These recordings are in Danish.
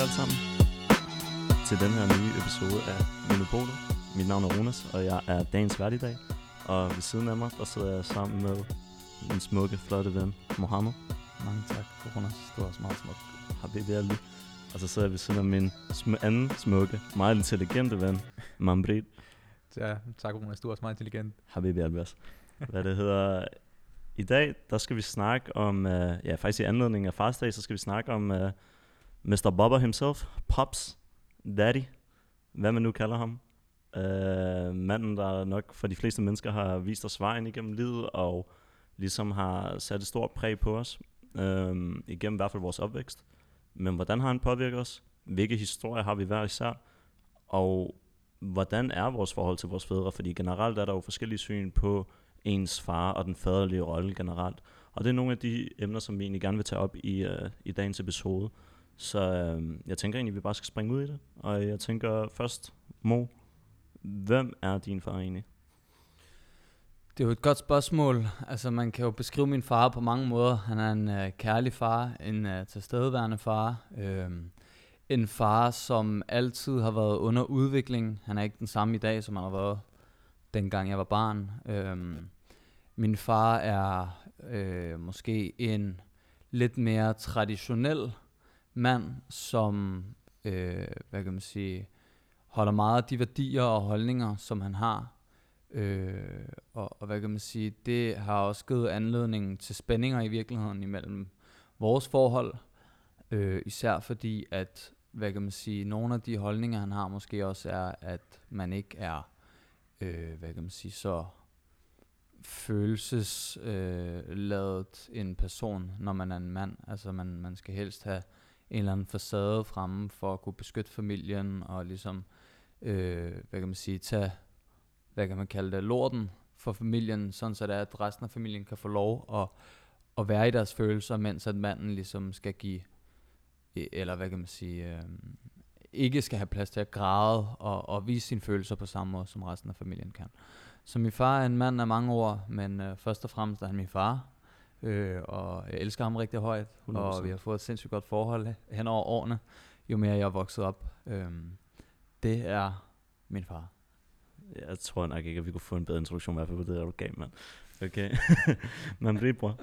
alle sammen til den her nye episode af Monopolet. Mit navn er Ronas, og jeg er dagens vært i dag. Og ved siden af mig, der sidder jeg sammen med min smukke, flotte ven, Mohammed. Mange tak, Ronas. Du er også meget smuk. Habibi Ali. Og så sidder jeg ved siden af min anden smukke, meget intelligente ven, Mambrit. Ja, tak, Ronas. Du er også meget intelligent. Habibi Albers. Hvad det hedder. I dag, der skal vi snakke om, faktisk i anledning af Fars Day, så skal vi snakke om Mr. Bubba himself, Pops, Daddy, hvad man nu kalder ham. Manden, der nok for de fleste mennesker har vist os vejen igennem livet, og ligesom har sat et stort præg på os, igennem i hvert fald vores opvækst. Men hvordan har han påvirket os? Hvilke historier har vi hver især? Og hvordan er vores forhold til vores fædre? Fordi generelt er der jo forskellige syn på ens far og den faderlige rolle generelt. Og det er nogle af de emner, som vi egentlig gerne vil tage op i dagens episode. Så jeg tænker egentlig, at vi bare skal springe ud i det. Og jeg tænker først, Mo, hvem er din far egentlig? Det er jo et godt spørgsmål. Altså, man kan jo beskrive min far på mange måder. Han er en kærlig far, en tilstedeværende far. En far, som altid har været under udvikling. Han er ikke den samme i dag, som han har været dengang jeg var barn. Min far er måske en lidt mere traditionel mand, som hvad kan man sige, holder meget af de værdier og holdninger, som han har. Og hvad kan man sige, det har også givet anledning til spændinger i virkeligheden imellem vores forhold. Især fordi, at hvad kan man sige, nogle af de holdninger, han har, måske også er, at man ikke er hvad kan man sige, så følelsesladet en person, når man er en mand. Altså man skal helst have en eller anden facade fremme for at kunne beskytte familien og ligesom hvad kan man sige, tage, hvad kan man kalde det, lorten for familien, sådan så det er, at resten af familien kan få lov at være i deres følelser, mens at manden ligesom skal give, eller hvad kan man sige, ikke skal have plads til at græde og vise sine følelser på samme måde, som resten af familien kan. Så min far er en mand af mange ord, men først og fremmest er han min far, og jeg elsker ham rigtig højt, 100%. Og vi har fået et sindssygt godt forhold hen over årene, jo mere jeg er vokset op. Det er min far. Jeg tror nok ikke, at vi kunne få en bedre introduktion, i hvert fald på det der, du gav, mand. Okay. Men bror,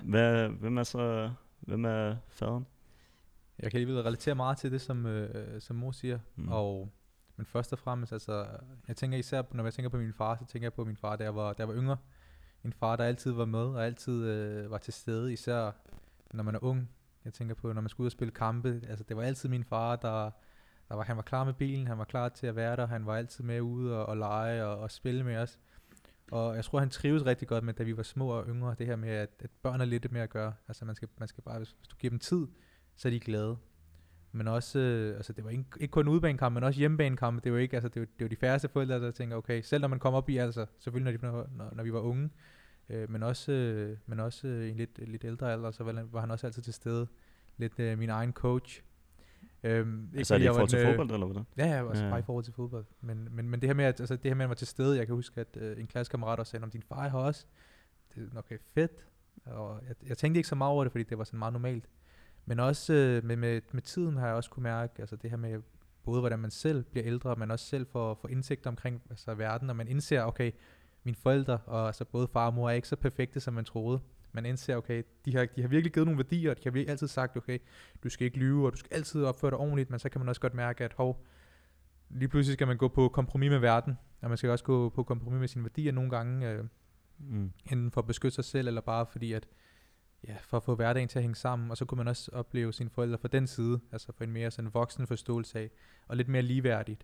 hvem er faderen? Jeg kan alligevel relatere meget til det, som mor siger. Men først og fremmest, altså, jeg tænker især, når jeg tænker på min far, så tænker jeg på min far, da jeg var yngre. En far, der altid var med, og altid var til stede, især når man er ung. Jeg tænker på, når man skulle ud og spille kampe. Altså, det var altid min far, han var klar med bilen, han var klar til at være der, han var altid med ude og lege og spille med os. Og jeg tror, han trives rigtig godt med, da vi var små og yngre, det her med, at børn er lidt med at gøre. Altså, man skal bare, hvis du giver dem tid, så er de glade. Men også, altså det var ikke kun udebanekamp, men også hjemmebanekamp. Det var ikke, altså det var de færreste forældre, der tænker, okay, selv når man kommer op i, altså selvfølgelig når vi var unge, men også i en lidt ældre alder, så var han også altid til stede. Lidt min egen coach. Altså er det i forhold til fodbold, eller hvordan? Ja, også bare i forhold til fodbold. Men det her med, at han var til stede, jeg kan huske, at en klassekammerat også sagde, om din far har også. Det er okay, fedt. Og jeg tænkte ikke så meget over det, fordi det var sådan meget normalt. Men også med tiden har jeg også kunne mærke, altså det her med både hvordan man selv bliver ældre, men også selv får indsigt omkring altså verden, og man indser, okay, mine forældre, og altså både far og mor er ikke så perfekte, som man troede. Man indser, okay, de har virkelig givet nogle værdier, og de har virkelig altid sagt, okay, du skal ikke lyve, og du skal altid opføre dig ordentligt, men så kan man også godt mærke, at lige pludselig skal man gå på kompromis med verden, og man skal også gå på kompromis med sine værdier nogle gange, enten for at beskytte sig selv, eller bare fordi at for at få hverdagen til at hænge sammen, og så kunne man også opleve sine forældre fra den side, altså for en mere sådan voksen forståelse af, og lidt mere ligeværdigt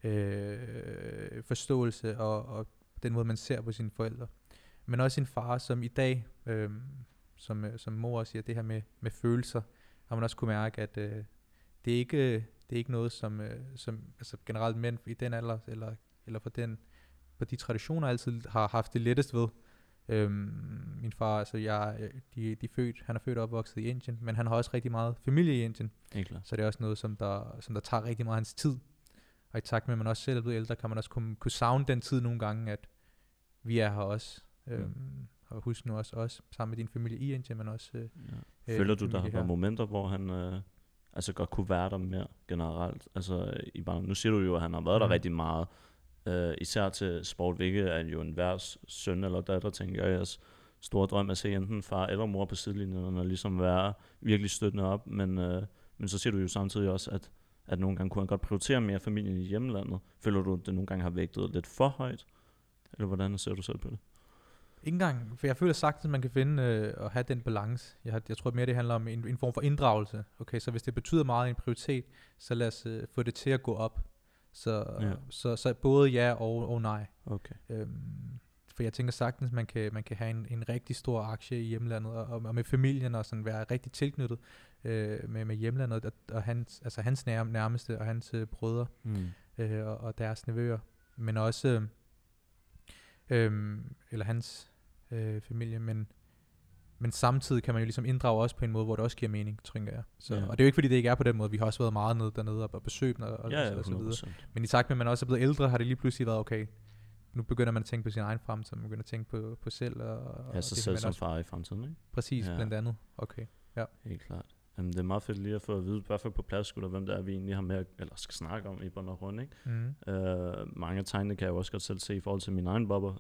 forståelse, og den måde man ser på sine forældre. Men også sin far, som i dag, som mor siger, det her med følelser, har man også kunne mærke, at det er ikke noget, som altså generelt mænd i den alder, eller for de traditioner altid har haft det lettest ved. Min far, altså han er født og opvokset i Indien, men han har også rigtig meget familie i Indien. Så det er også noget, som der tager rigtig meget af hans tid. Og i takt med, at man også selv er blevet ældre, kan man også kunne savne den tid nogle gange, at vi er her også. Og husk nu også sammen med din familie i Indien, men også... Føler du, der har været momenter, hvor han altså godt kunne være der mere generelt. Altså, nu siger du jo, at han har været der rigtig meget, især til sport, hvilket er jo enhver søn eller datter, tænker jeg, jeres store drøm at se enten far eller mor på sidelinjen, og ligesom være virkelig støttende op, men så siger du jo samtidig også, at nogle gange kunne han godt prioritere mere familien i hjemlandet. Føler du, at det nogle gange har vægtet lidt for højt? Eller hvordan ser du selv på det? Ikke engang, for jeg føler sagtens, at man kan finde og have den balance. Jeg tror mere, det handler om en form for inddragelse. Okay, så hvis det betyder meget en prioritet, så lad os få det til at gå op. Så både ja og nej. Okay. For jeg tænker sagtens, man kan have en rigtig stor aktie i hjemlandet, og med familien, og sådan være rigtig tilknyttet med hjemlandet, og hans nærmeste, og hans brødre, og deres nevøer, men også, eller hans familie, men samtidig kan man jo ligesom inddrage også på en måde, hvor det også giver mening, tænker jeg. Så, og det er jo ikke fordi, det ikke er på den måde. Vi har også været meget nede dernede og besøgt og så videre. Men i takt med, at man også er blevet ældre, har det lige pludselig været okay. Nu begynder man at tænke på sin egen fremtid, man begynder at tænke på selv. Og så selv som far i fremtiden, ikke? Præcis, blandt andet. Okay, ja. Helt klart. Jamen, det er meget fedt lige at få at vide, i hvert fald på plads, hvem der er, vi egentlig har med, eller skal snakke om i bund og grund, ikke? Mange af tegnene kan jeg jo også godt selv se i forhold til min egen bobber.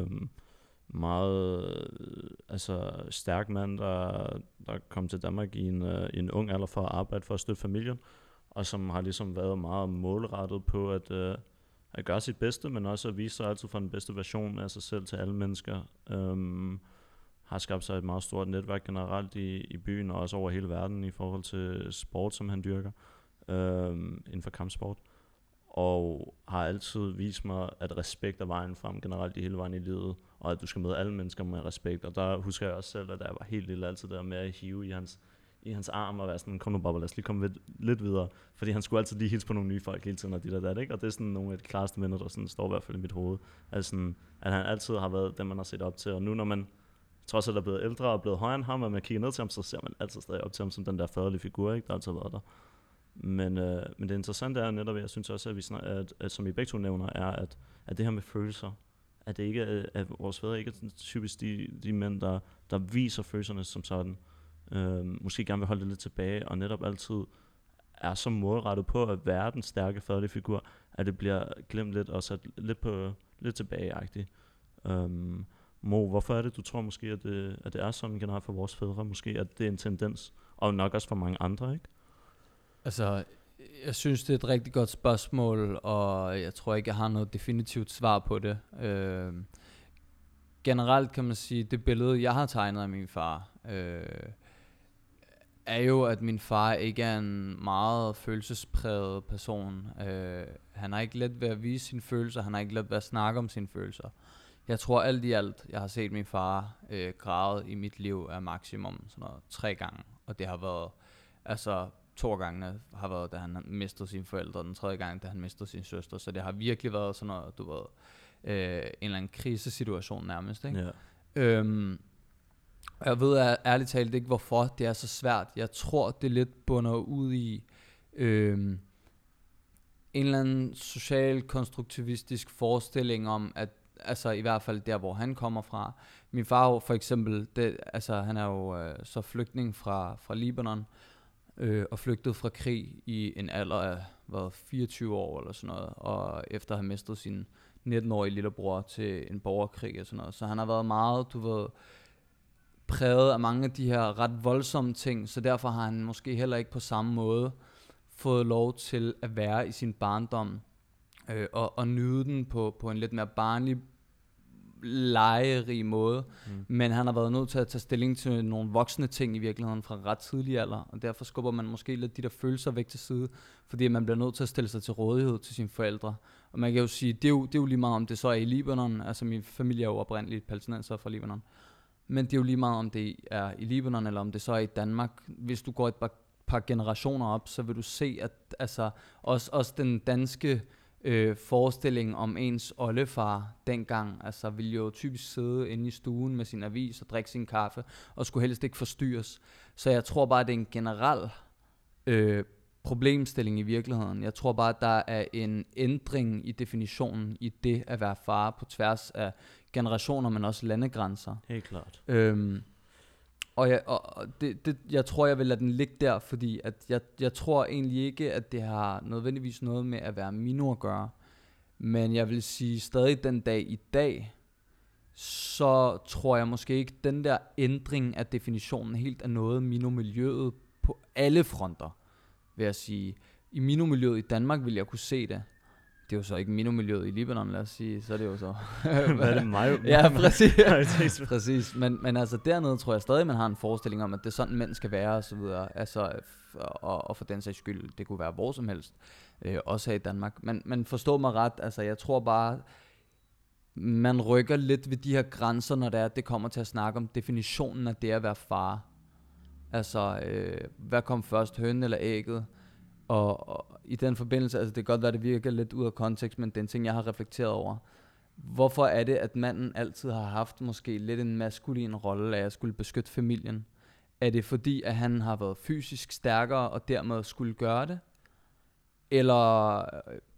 Meget stærk mand, der kom til Danmark i en ung alder for at arbejde for at støtte familien, og som har ligesom været meget målrettet på at gøre sit bedste, men også at vise sig altid for den bedste version af sig selv til alle mennesker. Har skabt sig et meget stort netværk generelt i byen, og også over hele verden i forhold til sport, som han dyrker, inden for kampsport. Og har altid vist mig, at respekt er vejen frem generelt i hele vejen i livet, og at du skal møde alle mennesker med respekt. Og der husker jeg også selv, at jeg var helt lille altid der med at hive i hans arm og være sådan, kom nu Bobber, lad os lige komme lidt videre. Fordi han skulle altid lige hilse på nogle nye folk hele tiden, og der, ikke? Og det er sådan nogle af de klareste minder, der sådan står i hvert fald i mit hoved. Altså, at han altid har været den, man har set op til. Og nu når man trods alt er blevet ældre og blevet højere end ham, og man kigger ned til ham, så ser man altid stadig op til ham som den der faderlige figur, ikke? Der altid har været der. Men det interessante er netop, jeg synes også, at som I begge to nævner, er, at det her med følelser, at det ikke er, at vores fædre ikke er typisk de mænd, der viser følelserne som sådan, måske gerne vil holde det lidt tilbage, og netop altid er så målrettet på at være den stærke faderlige figur, at det bliver glemt lidt og sat lidt tilbageagtigt. Mo, hvorfor er det, du tror måske, at det er sådan generelt for vores fædre, måske at det er en tendens, og nok også for mange andre, ikke? Altså, jeg synes, det er et rigtig godt spørgsmål, og jeg tror ikke, jeg har noget definitivt svar på det. Generelt kan man sige, det billede, jeg har tegnet af min far, er jo, at min far ikke er en meget følelsespræget person. Han har ikke let ved at vise sine følelser, han har ikke let ved at snakke om sine følelser. Jeg tror alt i alt, jeg har set min far græde i mit liv af maksimum sådan noget, 3 gange, og det har været, altså 2 gange har været, da han mistede sine forældre, den 3. gang, da han mistede sin søster, så det har virkelig været sådan noget, du ved, en eller anden krisesituation nærmest, ikke? Yeah. Jeg ved ærligt talt ikke, hvorfor det er så svært. Jeg tror, det lidt bunder ud i en eller anden social konstruktivistisk forestilling om, at altså i hvert fald der, hvor han kommer fra. Min far for eksempel, han er jo så flygtning fra Libanon, og flygtede fra krig i en alder af 24 år eller sådan noget, og efter at have mistet sin 19-årige lillebror til en borgerkrig og sådan noget. Så han har været meget, du ved, præget af mange af de her ret voldsomme ting, så derfor har han måske heller ikke på samme måde fået lov til at være i sin barndom, og nyde den på en lidt mere barnlig, legerig måde, men han har været nødt til at tage stilling til nogle voksne ting i virkeligheden fra ret tidlig alder, og derfor skubber man måske lidt de der følelser væk til side, fordi man bliver nødt til at stille sig til rådighed til sine forældre. Og man kan jo sige, det er jo lige meget om det så er i Libanon, altså min familie er jo oprindeligt palæstinenser fra Libanon, men det er jo lige meget om det er i Libanon, eller om det så er i Danmark. Hvis du går et par generationer op, så vil du se, at altså også den danske forestilling om ens oldefar dengang, altså ville jo typisk sidde inde i stuen med sin avis og drikke sin kaffe, og skulle helst ikke forstyrres. Så jeg tror bare, det er en generel problemstilling i virkeligheden. Jeg tror bare, at der er en ændring i definitionen i det at være far på tværs af generationer, men også landegrænser. Helt klart. Og jeg tror, jeg vil lade den ligge der, fordi at jeg tror egentlig ikke, at det har nødvendigvis noget med at være minor at gøre. Men jeg vil sige, stadig den dag i dag, så tror jeg måske ikke, den der ændring af definitionen helt er noget minomiljøet på alle fronter, vil jeg sige. I minomiljøet i Danmark vil jeg kunne se det. Det er jo så ikke minomiljøet i Libanon, lad os sige, så er det jo så... Hvad er det mig? Ja, præcis. Men altså dernede tror jeg stadig, man har en forestilling om, at det er sådan, mænd skal være, og så videre. Altså, og for den sags skyld, det kunne være hvor som helst, også her i Danmark. Men forstå mig ret, altså jeg tror bare, man rykker lidt ved de her grænser, når det kommer til at snakke om definitionen af det at være far. Altså, hvad kom først, hønen eller ægget? Og i den forbindelse, altså det kan godt være, det virker lidt ud af kontekst, men det er en ting, jeg har reflekteret over. Hvorfor er det, at manden altid har haft måske lidt en maskulin rolle af at skulle beskytte familien? Er det fordi, at han har været fysisk stærkere og dermed skulle gøre det? Eller,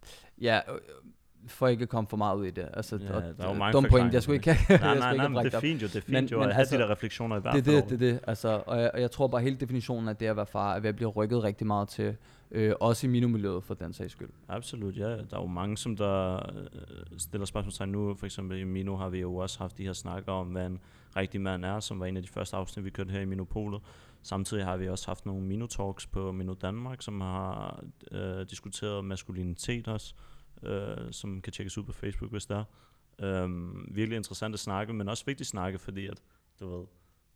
for ikke at komme for meget ud i det. Altså, ja, der er jo mange dum point, jeg skulle ikke nej, men det er fint jo, det er fint jo at have de der refleksioner i hvert fald. Det, altså, og jeg tror bare, hele definitionen af det at være far, er ved at blive rykket rigtig meget til, også i minomiljøet for den sags skyld. Absolut, ja. Der er jo mange, som der stiller spørgsmålstegn nu. For eksempel i Mino har vi jo også haft de her snakker om, hvad en rigtig mand er, som var en af de første afsnit, vi kørte her i Minopolet. Samtidig har vi også haft nogle Mino-talks på Mino Danmark, som har diskuteret maskulinitet også, som kan tjekkes ud på Facebook, hvis der er. Virkelig interessante snakke, men også vigtige snakke, fordi at, du ved,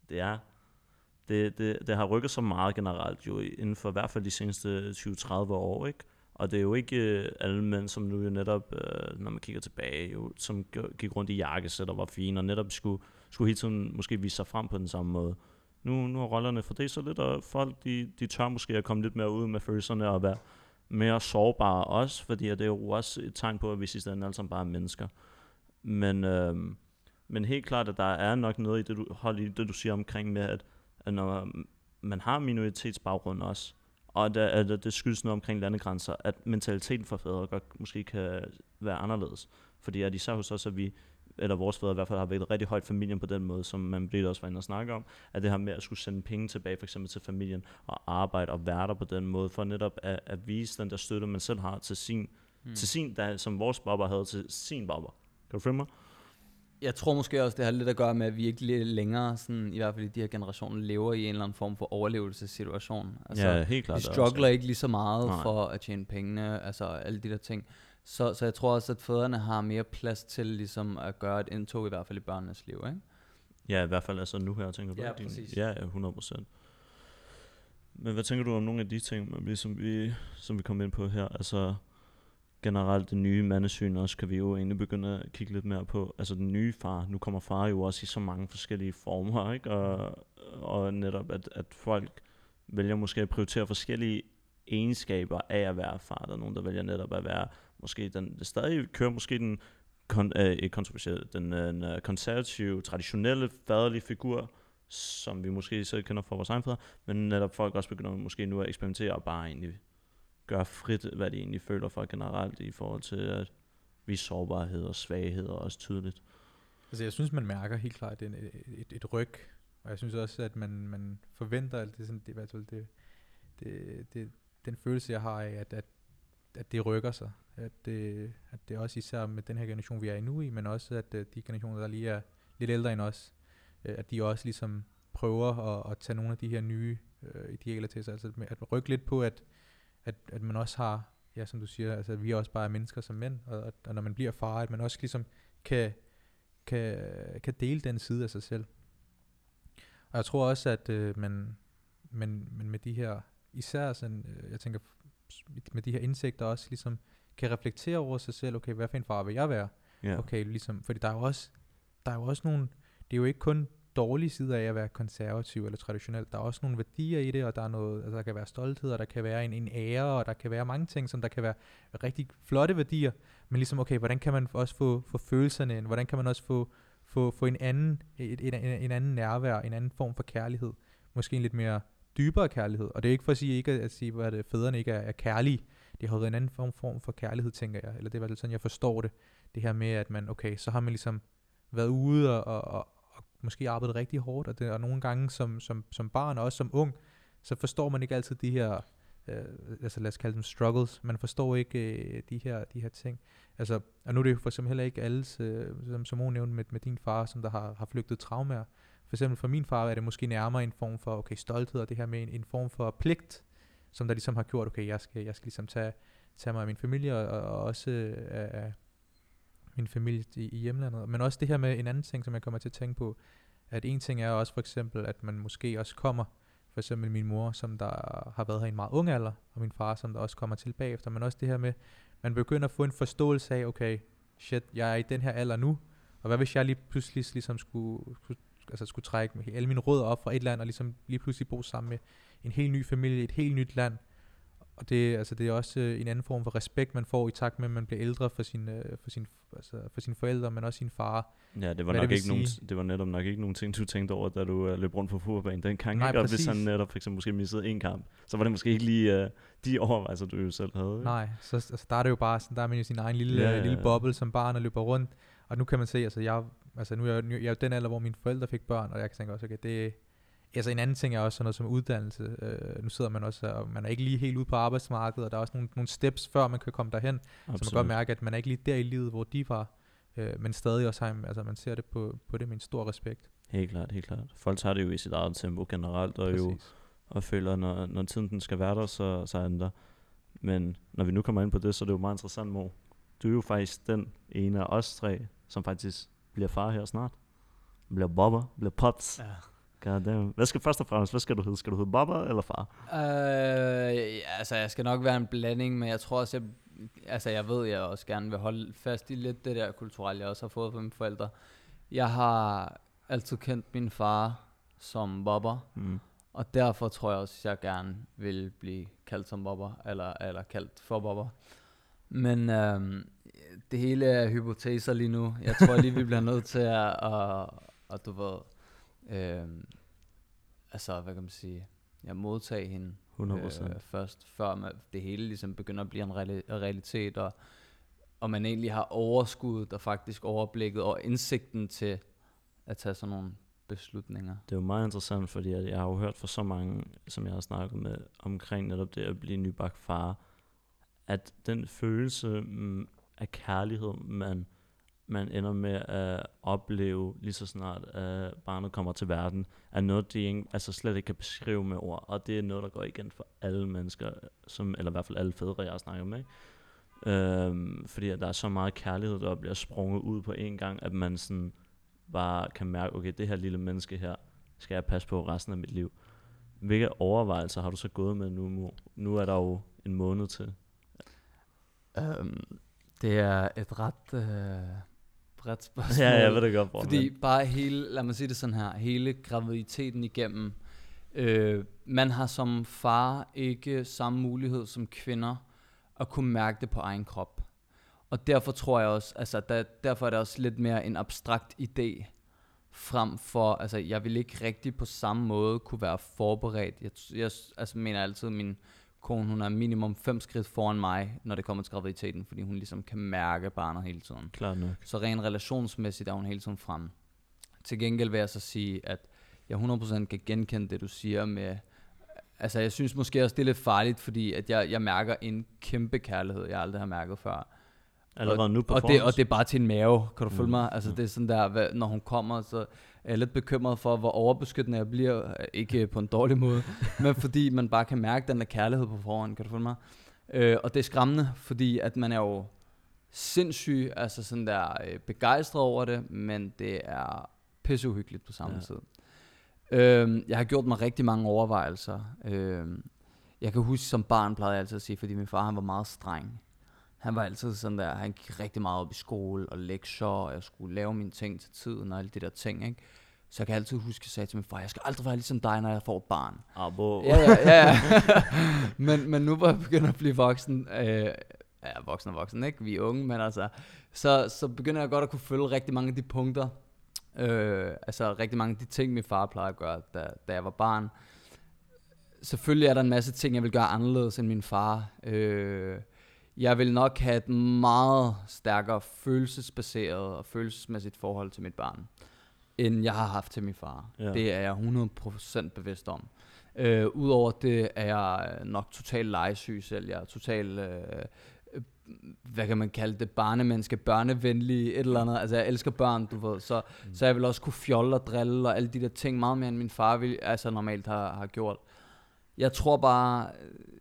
det har rykket så meget generelt jo, inden for i hvert fald de seneste 20-30 år, ikke? Og det er jo ikke alle mænd, som nu jo netop, når man kigger tilbage, jo, som gik rundt i jakkesæt og var fine, og netop skulle hele tiden måske vise sig frem på den samme måde. Nu har rollerne fordelt sig lidt, og folk, de tør måske at komme lidt mere ud med følelserne og være mere sårbare også, fordi det er jo også et tegn på, at vi sidst ende alle sammen bare er mennesker. Men helt klart, at der er nok noget i det, du siger omkring med, at når man har minoritetsbaggrund også, og det skyldes noget omkring landegrænser, at mentaliteten for fædre godt måske kan være anderledes. Fordi at især hos os, at vi, eller vores fædre i hvert fald, har vægtet rigtig højt familien på den måde, som man bliver også var inde og snakke om, at det her med at skulle sende penge tilbage, for eksempel til familien, og arbejde og være der på den måde, for netop at vise den der støtte, man selv har til sin der, som vores bobber havde til sin bobber. Kan du følge mig? Jeg tror måske også, det har lidt at gøre med, at vi ikke længere, sådan, i hvert fald i de her generationer, lever i en eller anden form for overlevelsessituation. Altså, ja, helt klart. Vi struggler ikke lige så meget for at tjene pengene, altså alle de der ting. Så jeg tror også, at fædrene har mere plads til ligesom at gøre et indtog, i hvert fald i børnenes liv, ikke? Ja, i hvert fald altså nu her, tænker du? Ja, præcis. Ja, 100%. Men hvad tænker du om nogle af de ting, som vi kom ind på her? Altså generelt det nye mandesyn også, kan vi jo egentlig begynde at kigge lidt mere på. Altså den nye far, nu kommer far jo også i så mange forskellige former, ikke? Og netop at folk vælger måske at prioritere forskellige egenskaber af at være far. Der er nogen, der vælger netop at være, måske det stadig kører måske den konservative, traditionelle, faderlige figur, som vi måske selv kender fra vores egen fædre, men netop folk også begynder måske nu at eksperimentere og bare egentlig gøre frit, hvad de egentlig føler for generelt i forhold til at vise sårbarhed og svaghed også tydeligt. Altså jeg synes, man mærker helt klart et ryg, og jeg synes også, at man forventer, at den følelse, jeg har af, at det rykker sig. At det også især med den her generation, vi er i nu i, men også at de generationer, der lige er lidt ældre end os, at de også ligesom prøver at tage nogle af de her nye idealer til sig. Altså at rykke lidt på, at man også har, ja som du siger, altså vi er også bare mennesker som mænd, og når man bliver far, at man også ligesom kan dele den side af sig selv. Og jeg tror også, at man med de her, især sådan, jeg tænker, med de her indsigter også ligesom kan reflektere over sig selv, okay, hvad for en far vil jeg være? Yeah. Okay, ligesom, fordi der er jo også nogle, det er jo ikke kun dårlige sider af at være konservativ eller traditionel, der er også nogle værdier i det, og der er noget, altså der kan være stolthed, og der kan være en ære, og der kan være mange ting, som der kan være rigtig flotte værdier, men ligesom, okay, hvordan kan man også få følelserne ind, hvordan kan man også få en anden nærvær, en anden form for kærlighed, måske en lidt mere dybere kærlighed, og det er ikke for at sige, at fædrene ikke er kærlige, det har været en anden form for kærlighed, tænker jeg, eller det er i hvert fald sådan, jeg forstår det her med, at man, okay, så har man ligesom været ude og måske arbejdet rigtig hårdt, og nogle gange som barn, og også som ung, så forstår man ikke altid de her, altså lad os kalde dem struggles, man forstår ikke de her ting. Altså, og nu er det jo for eksempel heller ikke alle, som hun nævnte med din far, som der har flygtet traumer. For eksempel for min far er det måske nærmere en form for stolthed, og det her med en form for pligt, som der ligesom har gjort, okay, jeg skal ligesom tage mig af min familie, og også af min familie i hjemlandet. Men også det her med en anden ting, som jeg kommer til at tænke på, at en ting er også for eksempel, at man måske også kommer, for eksempel min mor, som der har været her i en meget ung alder, og min far, som der også kommer til bagefter, men også det her med, man begynder at få en forståelse af, okay, shit, jeg er i den her alder nu, og hvad hvis jeg lige pludselig ligesom skulle trække alle mine rødder op fra et land, og ligesom lige pludselig bo sammen med en helt ny familie, et helt nyt land. Og det er også en anden form for respekt, man får i takt med, at man bliver ældre for sine forældre, men også sin far. Ja, det var netop nok ikke nogen ting, du tænkte over, da du løb rundt på fodboldbanen dengang. Nej, og hvis han netop for eksempel måske missede en kamp, så var det måske ikke lige de overvejelser, du jo selv havde. Ikke? Nej, så der er det jo bare sådan, der er man jo sin egen lille boble som barn og løber rundt. Og nu kan man se, nu er jeg jo den alder, hvor mine forældre fik børn, og jeg kan tænke også, okay, en anden ting er også sådan noget som uddannelse. Nu sidder man også, og man er ikke lige helt ude på arbejdsmarkedet, og der er også nogle steps, før man kan komme derhen. Absolut. Så man kan godt mærke, at man er ikke lige der i livet, hvor de var, men stadig også man ser det på det med en stor respekt. Helt klart. Folk tager det jo i sit eget tempo generelt, og jo og føler, når tiden den skal være der, så er den der. Men når vi nu kommer ind på det, så er det jo meget interessant, Mo. Du er jo faktisk den ene af os tre, som faktisk bliver far her snart. Bliver bobber, bliver pops. Ja. Goddamn. Hvad skal først og fremmest, hvad skal du hedde? Skal du hedde bobber eller far? Jeg skal nok være en blanding, men jeg tror også, jeg ved, jeg også gerne vil holde fast i lidt det der kulturelle, jeg også har fået fra mine forældre. Jeg har altid kendt min far som bobber, og derfor tror jeg også, at jeg gerne vil blive kaldt som bobber, eller kaldt for bobber. Men det hele er hypoteser lige nu. Jeg tror lige, vi bliver nødt til at du ved, hvad kan man sige, modtage hende 100%. først, før det hele ligesom begynder at blive en realitet, og man egentlig har overskuddet og faktisk overblikket og indsigten til at tage sådan nogle beslutninger. Det er jo meget interessant, fordi jeg har jo hørt fra så mange, som jeg har snakket med, omkring netop det at blive nybagt far, at den følelse af kærlighed, man ender med at opleve lige så snart at barnet kommer til verden, er noget, de slet ikke kan beskrive med ord, og det er noget, der går igen for alle mennesker, eller i hvert fald alle fædre, jeg snakker med. Fordi at der er så meget kærlighed, der bliver sprunget ud på en gang, at man sådan bare kan mærke, okay, det her lille menneske her, skal jeg passe på resten af mit liv. Hvilke overvejelser har du så gået med nu? Nu er der jo en måned til. Det er et ret bredt spørgsmål. Ja, jeg ved det godt. Fordi bare lad mig sige det sådan her, hele graviditeten igennem, man har som far ikke samme mulighed som kvinder at kunne mærke det på egen krop. Og derfor tror jeg også, derfor er det også lidt mere en abstrakt idé, frem for, jeg vil ikke rigtig på samme måde kunne være forberedt. Jeg mener altid, min kone, hun er minimum 5 skridt foran mig, når det kommer til graviditeten, fordi hun ligesom kan mærke barnet hele tiden. Klart nok. Så rent relationsmæssigt er hun hele tiden fremme. Til gengæld vil jeg så sige, at jeg 100% kan genkende det, du siger med, jeg synes måske også, det er lidt farligt, fordi at jeg mærker en kæmpe kærlighed, jeg aldrig har mærket før. Allerede nu på og det er bare til en mave, kan du følge mig? Det er sådan der, når hun kommer, så er jeg lidt bekymret for, hvor overbeskyttende jeg bliver. Ikke på en dårlig måde, men fordi man bare kan mærke den der kærlighed på forhånd, kan du følge mig? Og det er skræmmende, fordi at man er jo sindssyg, sådan der begejstret over det, men det er pisseuhyggeligt på samme tid. Jeg har gjort mig rigtig mange overvejelser. Jeg kan huske, som barn plejede jeg altid at sige, fordi min far han var meget streng. Han var altid sådan der, han gik rigtig meget op i skole og lektier, og jeg skulle lave mine ting til tiden og alle de der ting, ikke? Så jeg kan altid huske, at jeg sagde til min far, jeg skal aldrig være ligesom dig, når jeg får et barn. Ja. men nu hvor jeg begynder at blive voksen, voksen, ikke? Vi er unge, men så begynder jeg godt at kunne følge rigtig mange af de punkter, rigtig mange af de ting, min far plejede at gøre, da jeg var barn. Selvfølgelig er der en masse ting, jeg vil gøre anderledes end min far. Jeg vil nok have et meget stærkere følelsesbaseret og følelsesmæssigt forhold til mit barn. end jeg har haft til min far. Ja. Det er jeg 100% bevidst om. Udover det er jeg nok totalt legesyg selv. Jeg er totalt, hvad kan man kalde det, barnemenneske, børnevenlig, et eller andet. Altså jeg elsker børn, du ved. Så jeg vil også kunne fjolle og drille og alle de der ting meget mere end min far normalt har gjort. Jeg tror bare,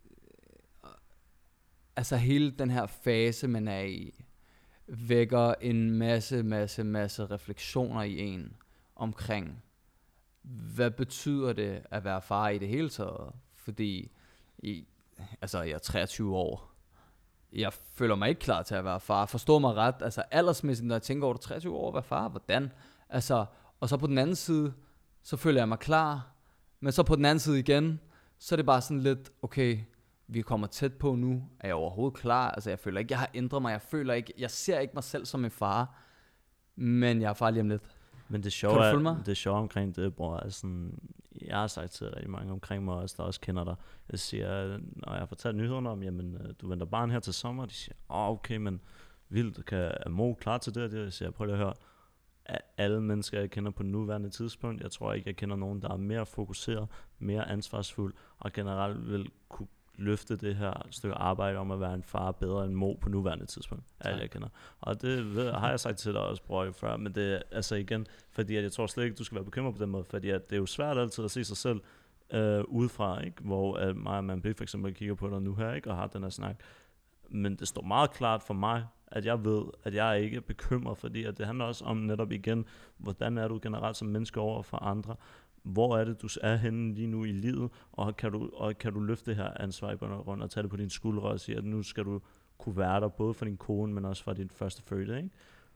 altså hele den her fase, man er i, vækker en masse refleksioner i en omkring, hvad betyder det at være far i det hele taget? Fordi jeg er 23 år. Jeg føler mig ikke klar til at være far. Forstå mig ret. Altså aldersmæssigt, når jeg tænker over det, 23 år at være far, hvordan? Altså, og så på den anden side, så føler jeg mig klar. Men så på den anden side igen, så er det bare sådan lidt, okay, vi kommer tæt på nu. Er jeg overhovedet klar? Altså jeg føler ikke, jeg har ændret mig. Jeg ser ikke mig selv som en far. Men jeg er far lige om lidt. Men det sjove omkring det, bror, er sådan, jeg har sagt til rigtig mange omkring mig også, der også kender dig. Jeg siger, når jeg har fortalt nyhederne om, jamen, du venter barn her til sommer, de siger, okay, men vildt, er Mo klar til det? Jeg siger, prøv lige at høre, alle mennesker, jeg kender på nuværende tidspunkt, jeg tror ikke, jeg kender nogen, der er mere fokuseret, mere ansvarsfuld, og generelt vil kunne løfte det her stykke arbejde om at være en far bedre end Mo på nuværende tidspunkt, alle jeg kender. Og det har jeg sagt til dig også, bror, før, men det er altså igen, fordi at jeg tror slet ikke, du skal være bekymret på den måde, fordi at det er jo svært altid at se sig selv udefra, ikke? Hvor mig og man for eksempel kigger på dig nu her, ikke? Og har den her snak. Men det står meget klart for mig, at jeg ved, at jeg ikke er bekymret, fordi at det handler også om netop igen, hvordan er du generelt som menneske over for andre. Hvor er det, du er henne lige nu i livet, og kan du løfte det her ansvar i bund og grund, og tage det på dine skuldre og sige, at nu skal du kunne være der, både for din kone, men også for din første fødte, ikke?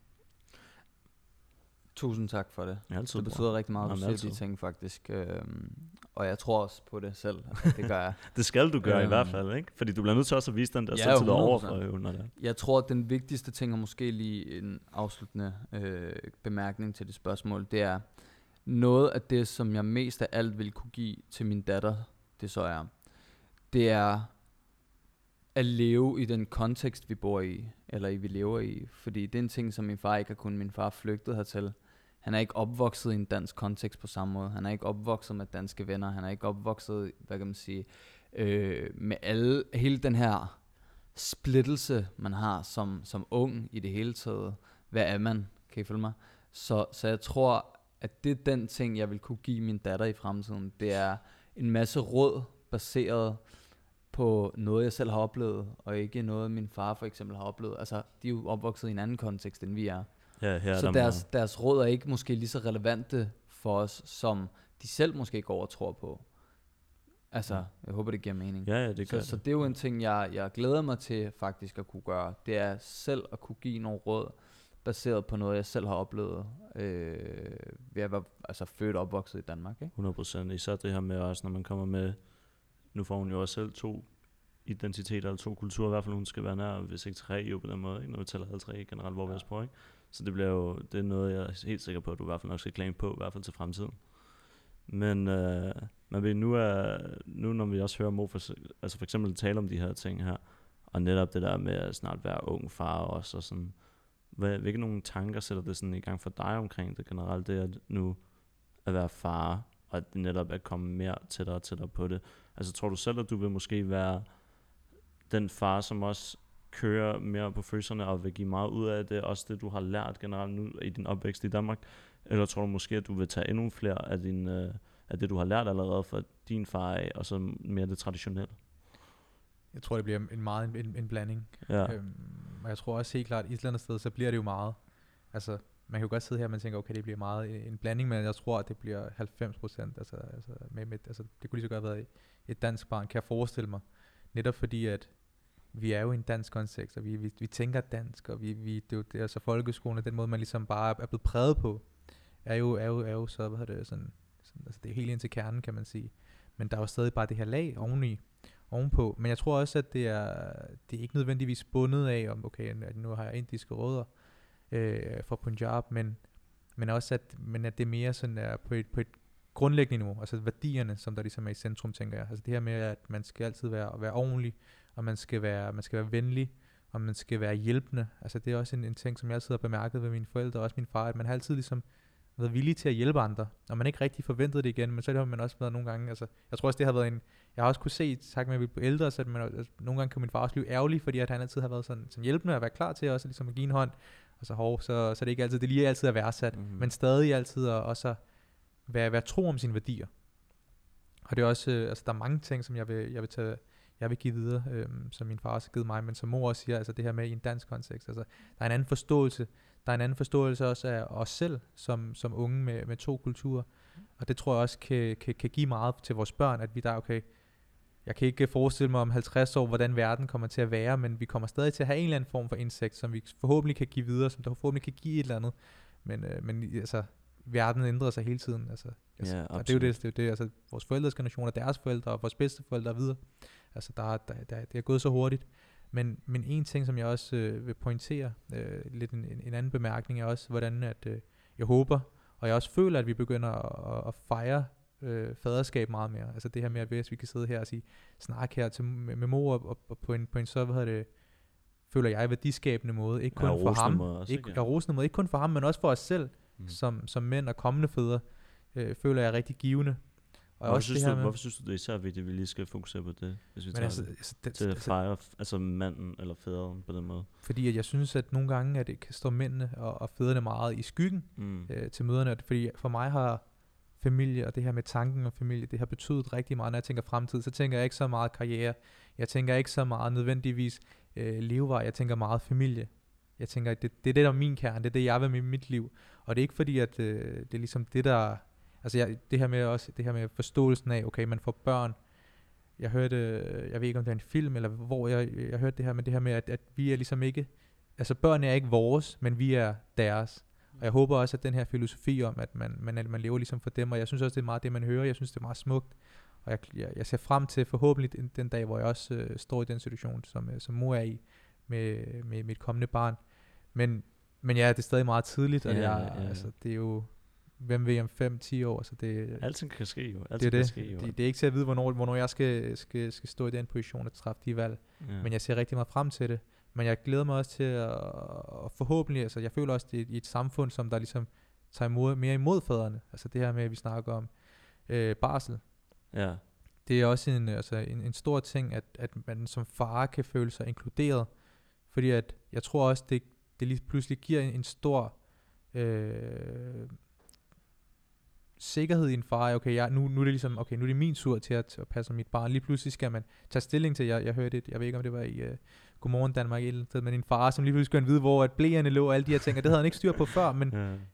Tusind tak for det. Altid, det betyder rigtig meget, at du siger de ting faktisk. Og jeg tror også på det selv. Altså, det gør jeg. Det skal du gøre i hvert fald, ikke? Fordi du bliver nødt til også at vise den der selvtillid over for evner der. Jeg tror, at den vigtigste ting, og måske lige en afsluttende bemærkning til det spørgsmål, det er, noget af det, som jeg mest af alt vil kunne give til min datter, det er at leve i den kontekst, vi bor i, eller vi lever i. Fordi det er en ting, som min far ikke har kunnet. Min far flygtede hertil. Han er ikke opvokset i en dansk kontekst på samme måde. Han er ikke opvokset med danske venner. Han er ikke opvokset, hvad kan man sige, med hele den her splittelse, man har som ung i det hele taget. Hvad er man? Kan I følge mig? Så jeg tror, at det er den ting, jeg vil kunne give min datter i fremtiden. Det er en masse råd baseret på noget, jeg selv har oplevet, og ikke noget, min far for eksempel har oplevet. Altså, de er jo opvokset i en anden kontekst, end vi er. Ja, så deres råd er ikke måske lige så relevante for os, som de selv måske går og tror på. Altså, jeg håber, det giver mening. Ja, det gør så det er jo en ting, jeg glæder mig til faktisk at kunne gøre. Det er selv at kunne give nogle råd, baseret på noget, jeg selv har oplevet, ved at være født og opvokset i Danmark. Ikke? 100%. Især det her med også, når man kommer med, nu får hun jo også selv 2 identiteter, eller 2 kulturer, i hvert fald hun skal være nær, hvis ikke 3 jo på den måde, ikke? Når vi tæller alle 3 generelt, hvor vi er på, ikke? Så det bliver jo, det er noget, jeg er helt sikker på, at du i hvert fald nok skal claim på, i hvert fald til fremtiden. Men nu når vi også hører Mo for eksempel tale om de her ting her, og netop det der med at snart være ung far også, og sådan, hvilke nogle tanker sætter det sådan i gang for dig omkring det generelt, det at nu at være far, og at det netop at komme mere tættere og tættere på det? Altså tror du selv, at du vil måske være den far, som også kører mere på følelserne og vil give meget ud af det, også det du har lært generelt nu i din opvækst i Danmark? Eller tror du måske, at du vil tage endnu flere af det du har lært allerede fra din far af, og så mere det traditionelle? Jeg tror, det bliver en blanding. Ja. Og jeg tror også helt klart, at i et eller andet sted, så bliver det jo meget. Altså, man kan jo godt sidde her og man tænker, okay, det bliver meget en blanding, men jeg tror, at det bliver 90%. Altså det kunne lige så godt have været et dansk barn, kan jeg forestille mig. Netop fordi, at vi er jo i en dansk kontekst, og vi tænker dansk, og det er jo det, altså folkeskolen, den måde, man ligesom bare er blevet præget på, er jo så, hvad hedder det, sådan, altså det er helt ind til kernen, kan man sige. Men der er jo stadig bare det her lag ovenpå. Men jeg tror også, at det er ikke nødvendigvis bundet af, om okay, nu har jeg indiske rødder fra Punjab, men også at det mere sådan er på et grundlæggende niveau, altså værdierne, som der ligesom er i centrum, tænker jeg. Altså det her med, at man skal altid være ordentlig, og man skal være venlig, og man skal være hjælpende. Altså det er også en ting, som jeg altid har bemærket ved mine forældre, og også min far, at man har altid ligesom været villig til at hjælpe andre, og man ikke rigtig forventede det igen, men så har man også været nogle gange, altså, jeg tror også, det har været jeg har også kunne se, sagt med at vi blev ældre, så at nogle gange kan min far også blive ærgerlig, fordi at han altid har været sådan hjælpende og være klar til også, ligesom at give en hånd, og så det ikke altid, det lige altid er værdsat, men stadig altid også være tro om sine værdier. Og det er også, altså der er mange ting, som jeg vil give videre, som min far også har givet mig, men som mor også siger, altså det her med i en dansk kontekst, altså der er en anden forståelse, også af os selv, som unge med 2 kulturer, og det tror jeg også kan give meget til vores børn, at vi der, okay, jeg kan ikke forestille mig om 50 år, hvordan verden kommer til at være, men vi kommer stadig til at have en eller anden form for indsigt, som vi forhåbentlig kan give videre, som der forhåbentlig kan give et eller andet, men altså, verden ændrer sig hele tiden, og det er jo det, altså vores forældres generation og deres forældre og vores bedsteforældre og videre, altså det er gået så hurtigt, men en ting, som jeg også vil pointere, lidt en anden bemærkning er også, hvordan at jeg håber, og jeg også føler, at vi begynder at fejre faderskab meget mere, altså det her med, at hvis vi kan sidde her og snakke her med mor og på en så, føler jeg, værdiskabende måde, ikke kun for ham, rosende måde, ikke kun for ham, men også for os selv, som mænd og kommende fædre, føler jeg rigtig givende. Og hvorfor synes du det er især vigtigt, at vi lige skal fokusere på det, hvis vi tager til at fejre altså manden eller fædren på den måde? Fordi at jeg synes, at nogle gange at det kan stå mændene og fædrene meget i skyggen til møderne, fordi for mig har familie og det her med tanken om familie, det har betydet rigtig meget, når jeg tænker fremtid, så tænker jeg ikke så meget karriere, jeg tænker ikke så meget nødvendigvis levevej, jeg tænker meget familie. Jeg tænker, at det er det, der er min kerne, det er det, jeg vil med mit liv. Og det er ikke fordi, at det er ligesom det, der... Altså det her med forståelsen af, okay, man får børn. Jeg hørte, jeg ved ikke om det er en film, eller hvor jeg hørte det her, men det her med, at vi er ligesom ikke... Altså børn er ikke vores, men vi er deres. Og jeg håber også, at den her filosofi om, at man lever ligesom for dem, og jeg synes også, det er meget det, man hører. Jeg synes, det er meget smukt. Og jeg ser frem til forhåbentlig den dag, hvor jeg også står i den situation, som mor er i, med mit kommende barn. Men ja, det er stadig meget tidligt, og altså, det er jo, hvem ved om 5-10 år, så det... Alting kan ske jo. Det er ikke til at vide, hvornår jeg skal stå i den position at træffe de valg. Ja. Men jeg ser rigtig meget frem til det. Men jeg glæder mig også til at forhåbentlig, altså jeg føler også, det er i et samfund, som der ligesom tager mere imod fædrene. Altså det her med, at vi snakker om barsel. Ja. Det er også en stor ting, at man som far kan føle sig inkluderet. Fordi at jeg tror også, det lige pludselig giver en stor sikkerhed i en far. Okay, nu er det ligesom, okay, nu er det min tur til at passe mit barn. Lige pludselig skal man tage stilling til, jeg hørte jeg ved ikke om det var i Godmorgen Danmark et eller andet sted, men en far, som lige pludselig skulle vide, hvor at blæerne lå og alle de her ting, og det havde han ikke styr på før, men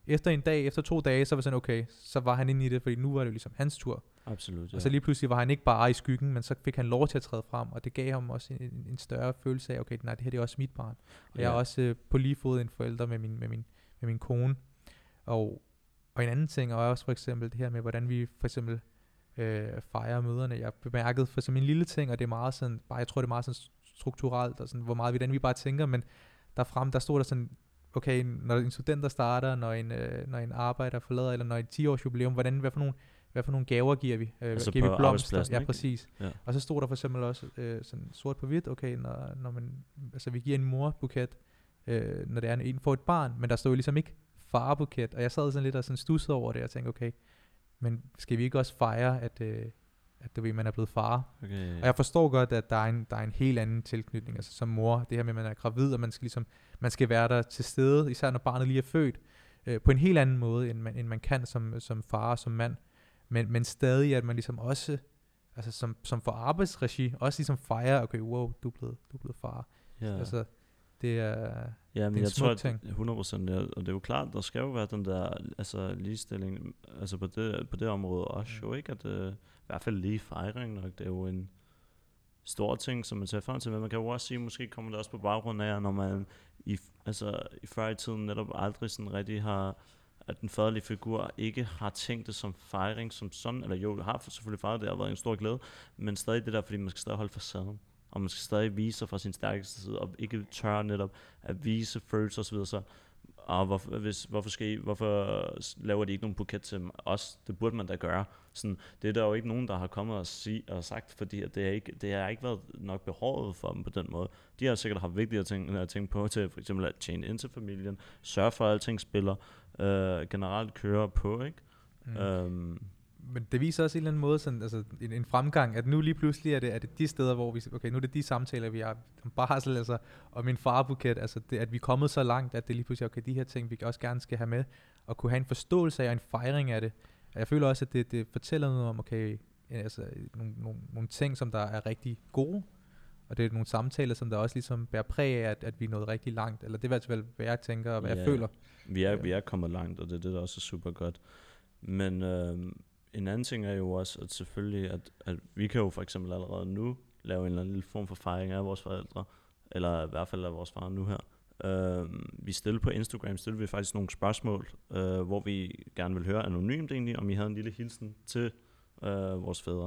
efter 2 dage, så var sådan, okay, så var han inde i det, fordi nu var det jo ligesom hans tur. Absolut, ja. Og så lige pludselig var han ikke bare i skyggen, men så fik han lov til at træde frem, og det gav ham også en større følelse af, okay, nej, det her det er også mit barn. Og jeg er også på lige fod en forælder med min kone. Og en anden ting er også for eksempel det her med, hvordan vi for eksempel fejrer møderne. Jeg bemærkede for som en lille ting, og det er meget sådan, jeg tror det er meget sådan strukturelt, og sådan, hvordan vi bare tænker, men der stod der sådan, okay, når en student der starter, når en arbejder forlader, eller når et 10-års jubilæum, hvad for nogle gaver giver vi? Altså giver vi blomster? Ja, ikke? præcis. Ja. Og så stod der for eksempel også sådan sort på hvidt, okay, når man, altså vi giver en morbuket, når det er en får et barn, men der stod jo ligesom ikke farbuket, og jeg sad sådan lidt og sådan stussede over det, og tænkte, okay, men skal vi ikke også fejre, at man er blevet far? Okay. Og jeg forstår godt, at der er en helt anden tilknytning, altså som mor, det her med, at man er gravid, og man skal være der til stede, især når barnet lige er født, på en helt anden måde, end man kan som far og som mand. Men stadig, at man ligesom også, altså som for arbejdsregi, også ligesom fejrer, okay, wow, du er blevet far. Yeah. Altså, det er en smuk ting. 100%, og det er jo klart, der skal jo være den der altså ligestilling altså på det område også, jo ikke, at i hvert fald lige fejring nok, det er jo en stor ting, som man tager frem til, men man kan jo også sige, måske kommer det også på baggrund af, når man i før i tiden netop aldrig sådan rigtig har, at den faderlige figur ikke har tænkt det som fejring som sådan, eller jo, det har selvfølgelig fejret, det har været en stor glæde, men stadig det der, fordi man skal stadig holde facaden, og man skal stadig vise sig fra sin stærkeste side, og ikke tør netop at vise følelser osv. Så, og hvorfor laver de ikke nogen buket til os? Det burde man da gøre. Sådan, det er der jo ikke nogen, der har kommet og sagt, fordi at det har ikke været nok behovet for dem på den måde. De har sikkert haft vigtigere ting at tænke på, til for eksempel at tjene ind til familien, sørge for, at alting spiller, generelt kører på, ikke? Men det viser også en eller anden måde sådan, altså en fremgang, at nu lige pludselig er det de steder, hvor vi, okay, nu er det de samtaler, vi har om barsel, altså, og min farbuket, altså det, at vi er kommet så langt, at det lige pludselig, okay, de her ting, vi også gerne skal have med, og kunne have en forståelse af, og en fejring af det. Og jeg føler også, at det fortæller noget om, okay, altså nogle ting, som der er rigtig gode, og det er nogle samtaler, som der også ligesom bærer præg af, at vi er nået rigtig langt, eller det er i hvert fald, hvad jeg tænker, og hvad jeg føler. Vi er kommet langt, og det er det, der også er super godt. Men en anden ting er jo også, at selvfølgelig, at vi kan jo for eksempel allerede nu lave en eller anden lille form for fejring af vores forældre, eller i hvert fald af vores far nu her. Vi stillede på Instagram, vi faktisk nogle spørgsmål, hvor vi gerne vil høre anonymt egentlig, om I havde en lille hilsen til vores fædre.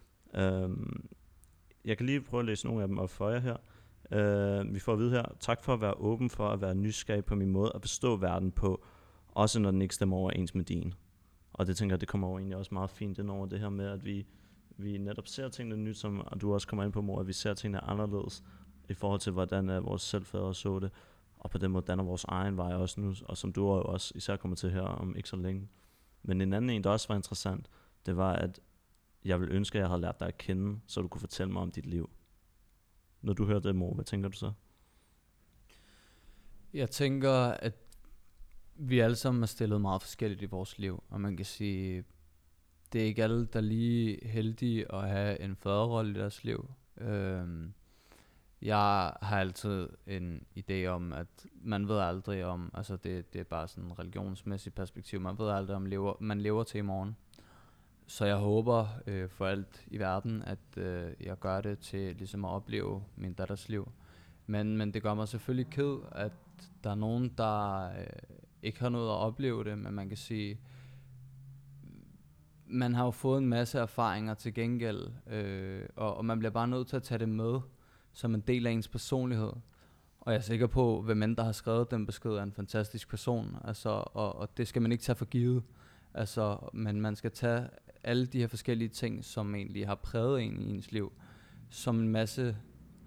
Jeg kan lige prøve at læse nogle af dem op for jer her. Vi får at vide her: tak for at være åben for at være nysgerrig på min måde at forstå verden på, også når den ikke stemmer overens med din. Og det tænker jeg, det kommer over egentlig også meget fint ind over det her med, at vi netop ser tingene nyt, som og du også kommer ind på, mor, at vi ser tingene anderledes i forhold til, hvordan vores selvfædre så det, og på den måde danner vores egen vej også nu, og som du jo også især kommer til her om ikke så længe. Men en anden en, der også var interessant, det var, at jeg ville ønske, at jeg havde lært dig at kende, så du kunne fortælle mig om dit liv. Når du hører det, mor, hvad tænker du så? Jeg tænker, at vi alle sammen er stillet meget forskelligt i vores liv, og man kan sige, det er ikke alle, der er lige heldige at have en faderrolle i deres liv. Jeg har altid en idé om, at man ved aldrig om, altså det er bare sådan en religionsmæssigt perspektiv, man ved aldrig om man lever til i morgen. Så jeg håber for alt i verden, at jeg gør det til ligesom at opleve min datters liv. Men det gør mig selvfølgelig ked, at der er nogen, der ikke har noget at opleve det, men man kan sige, man har jo fået en masse erfaringer til gengæld, og man bliver bare nødt til at tage det med som en del af ens personlighed. Og jeg er sikker på, hvem end der har skrevet den besked, er en fantastisk person, altså, og det skal man ikke tage for givet. Altså, men man skal tage alle de her forskellige ting, som egentlig har præget en i ens liv, som en masse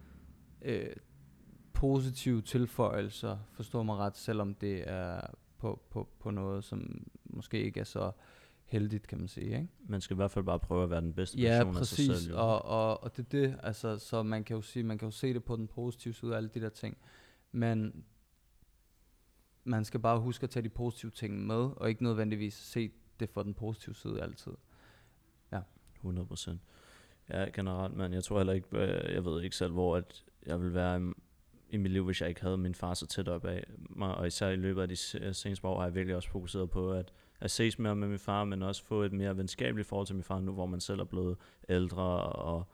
positive tilføjelser, forstår mig ret, selvom det er på noget, som måske ikke er så heldigt, kan man sige, ikke? Man skal i hvert fald bare prøve at være den bedste version af sig selv. Ja, præcis, og det er det, altså, så man kan jo se det på den positive side af alle de der ting, men man skal bare huske at tage de positive ting med, og ikke nødvendigvis se det for den positive side altid. Ja. 100%. Ja, generelt, men jeg tror heller ikke, jeg ved ikke selv, hvor at jeg vil være i mit liv, hvis jeg ikke havde min far så tæt op af mig, og især i løbet af de seneste år har jeg virkelig også fokuseret på at ses mere med min far, men også få et mere venskabeligt forhold til min far nu, hvor man selv er blevet ældre og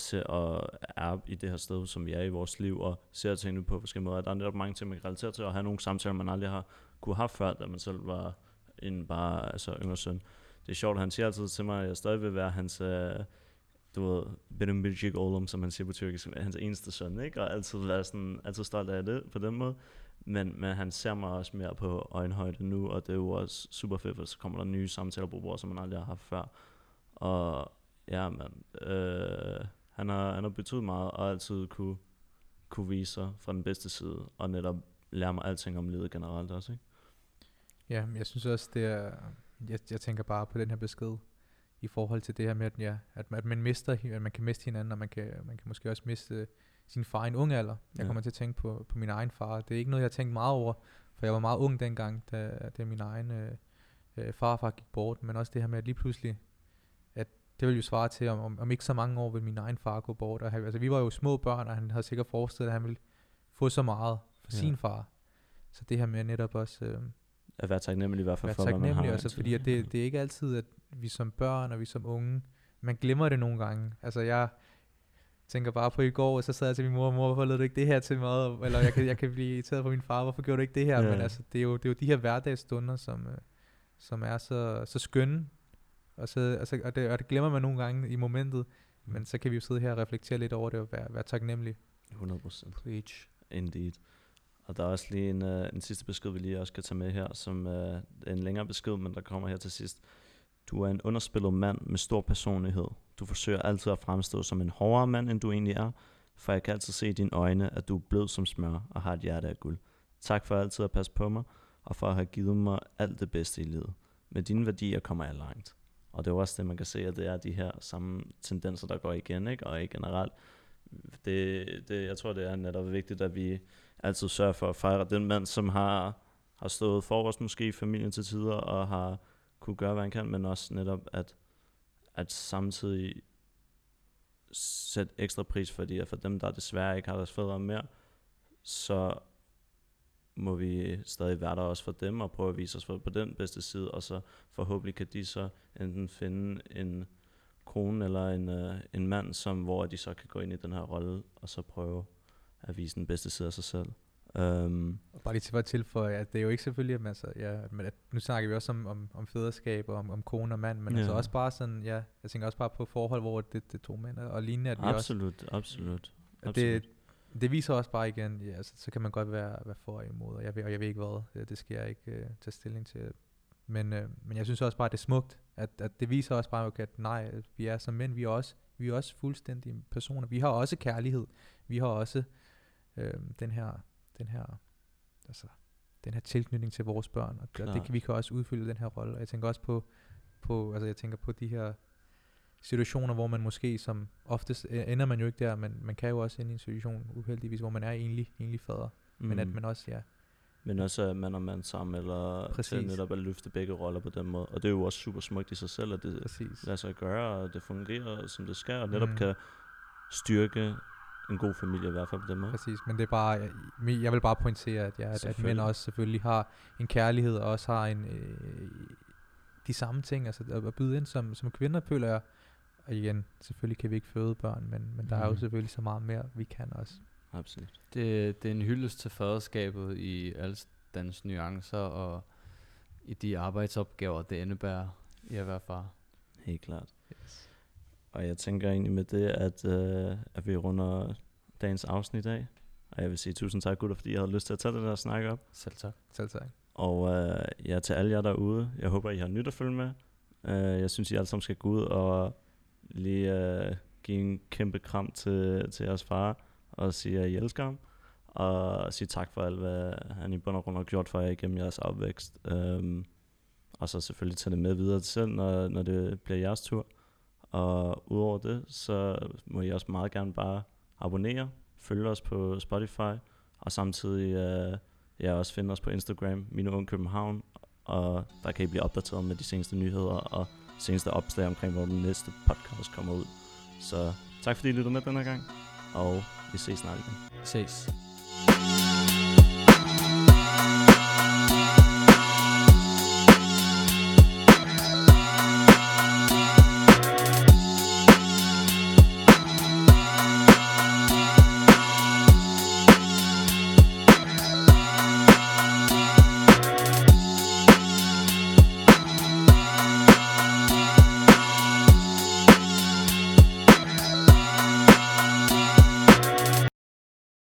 er i det her sted, som vi er i vores liv, og ser tingene på forskellige måder. Der er netop mange ting, man kan relatere til, og have nogle samtaler, man aldrig har kunne have før, da man selv var en bare yngre søn. Det er sjovt, han siger altid til mig, at jeg stadig vil være hans Birinci oğlum, som han siger på tyrkisk, hans eneste søn, ikke? Og altid være sådan, altid stolt af det på den måde. Men han ser mig også mere på øjenhøjde nu, og det er jo også super fedt, for så kommer der nye samtaler på bordet, som man aldrig har haft før. Og ja, han har betydet meget, og altid kunne vise sig fra den bedste side, og netop lære mig alting om livet generelt også, ikke? Ja, jeg synes også, det er, jeg tænker bare på den her besked, i forhold til det her med, at man mister, at man kan miste hinanden, og man kan måske også miste sin far i en ung alder. Jeg kommer til at tænke på min egen far. Det er ikke noget, jeg har tænkt meget over, for jeg var meget ung dengang, da min egen farfar gik bort. Men også det her med, at lige pludselig, at det ville jo svare til, om ikke så mange år vil min egen far gå bort. Og altså, vi var jo små børn, og han havde sikkert forestillet, at han ville få så meget for sin far. Så det her med netop også at være taknemmelig i hvert fald for, hvad man har. Altså, fordi at det er ikke altid, at vi som børn og vi som unge, man glemmer det nogle gange. Altså jeg tænker bare på i går, og så sad jeg til min mor, hvorfor lavede du ikke det her til mig? Eller jeg kan blive irriteret på min far, hvorfor gjorde du ikke det her? Men altså, det er jo de her hverdagsstunder, som er så skønne. Og det glemmer man nogle gange i momentet. Men så kan vi jo sidde her og reflektere lidt over det og være taknemmelig. 100%. Preach. Indeed. Og der er også lige en sidste besked, vi lige også kan tage med her, som er en længere besked, men der kommer her til sidst. Du er en underspillet mand med stor personlighed. Du forsøger altid at fremstå som en hårdere mand, end du egentlig er, for jeg kan altid se i dine øjne, at du er blød som smør og har et hjerte af guld. Tak for altid at passe på mig, og for at have givet mig alt det bedste i livet. Med dine værdier kommer jeg langt. Og det er også det, man kan se, at det er de her samme tendenser, der går igen, ikke? Og ikke generelt. Jeg tror, det er netop vigtigt, at vi altid sørger for at fejre den mand, som har stået forrest måske i familien til tider, og har kunne gøre, hvad han kan, men også netop, at samtidig sætte ekstra pris, fordi at for dem, der desværre ikke har deres fædre mere, så må vi stadig være der også for dem, og prøve at vise os på den bedste side, og så forhåbentlig kan de så enten finde en kone eller en mand, hvor de så kan gå ind i den her rolle, og så prøve at vise den bedste side af sig selv. Og bare lige til at tilføje, at det er jo ikke selvfølgelig, at man så, nu snakker vi også om fædreskab og om kone og mand, men altså også bare sådan, jeg tænker også bare på forhold, hvor det to mænd og lignende, at vi absolut. Det viser også bare igen, så kan man godt være for og imod, og jeg ved ikke hvad, det skal jeg ikke tage stilling til. Men jeg synes også bare, at det er smukt, at det viser også bare, okay, at nej, vi er som mænd, vi er også fuldstændige personer. Vi har også kærlighed. Vi har også den her tilknytning til vores børn, og vi kan også udfylde den her rolle. Og jeg tænker også på de her situationer, hvor man måske, som oftest ender man jo ikke der, men man kan jo også ende i en situation uheldigvis, hvor man er egentlig fader, men at man også, men også mand og mand sammen, eller til netop at løfte begge roller på den måde. Og det er jo også super smukt i sig selv, at det lader sig gøre, og det fungerer, som det skal, og netop kan styrke en god familie i hvert fald på den måde. Præcis, men det er bare, jeg vil bare pointere, at mænd også selvfølgelig har en kærlighed, og også har de samme ting, altså at byde ind som kvinder, føler jeg. Og igen, selvfølgelig kan vi ikke føde børn, men der er jo selvfølgelig så meget mere, vi kan også. Absolut. Det er en hyldest til faderskabet i alle dens nuancer, og i de arbejdsopgaver, det indebærer i at være far. Helt klart. Yes. Og jeg tænker egentlig med det, at vi runder dagens afsnit af. Og jeg vil sige tusind tak, gutter, fordi jeg havde lyst til at tage det der og snakke op. Selv tak. Og til alle jer derude, jeg håber, I har nyt at følge med. Jeg synes, I alle sammen skal gå ud og lige give en kæmpe kram til jeres far, og sige, at I elsker ham. Og sige tak for alt, hvad han i bund og grund har gjort for jer igennem jeres opvækst. Og så selvfølgelig tage det med videre til selv, når det bliver jeres tur. Og udover det, så må I også meget gerne bare abonnere, følge os på Spotify, og samtidig også finde os på Instagram, Mine Unge København, og der kan I blive opdateret med de seneste nyheder og seneste opslag omkring, hvor den næste podcast kommer ud. Så tak fordi I lyttede med den her gang, og vi ses snart igen. Ses.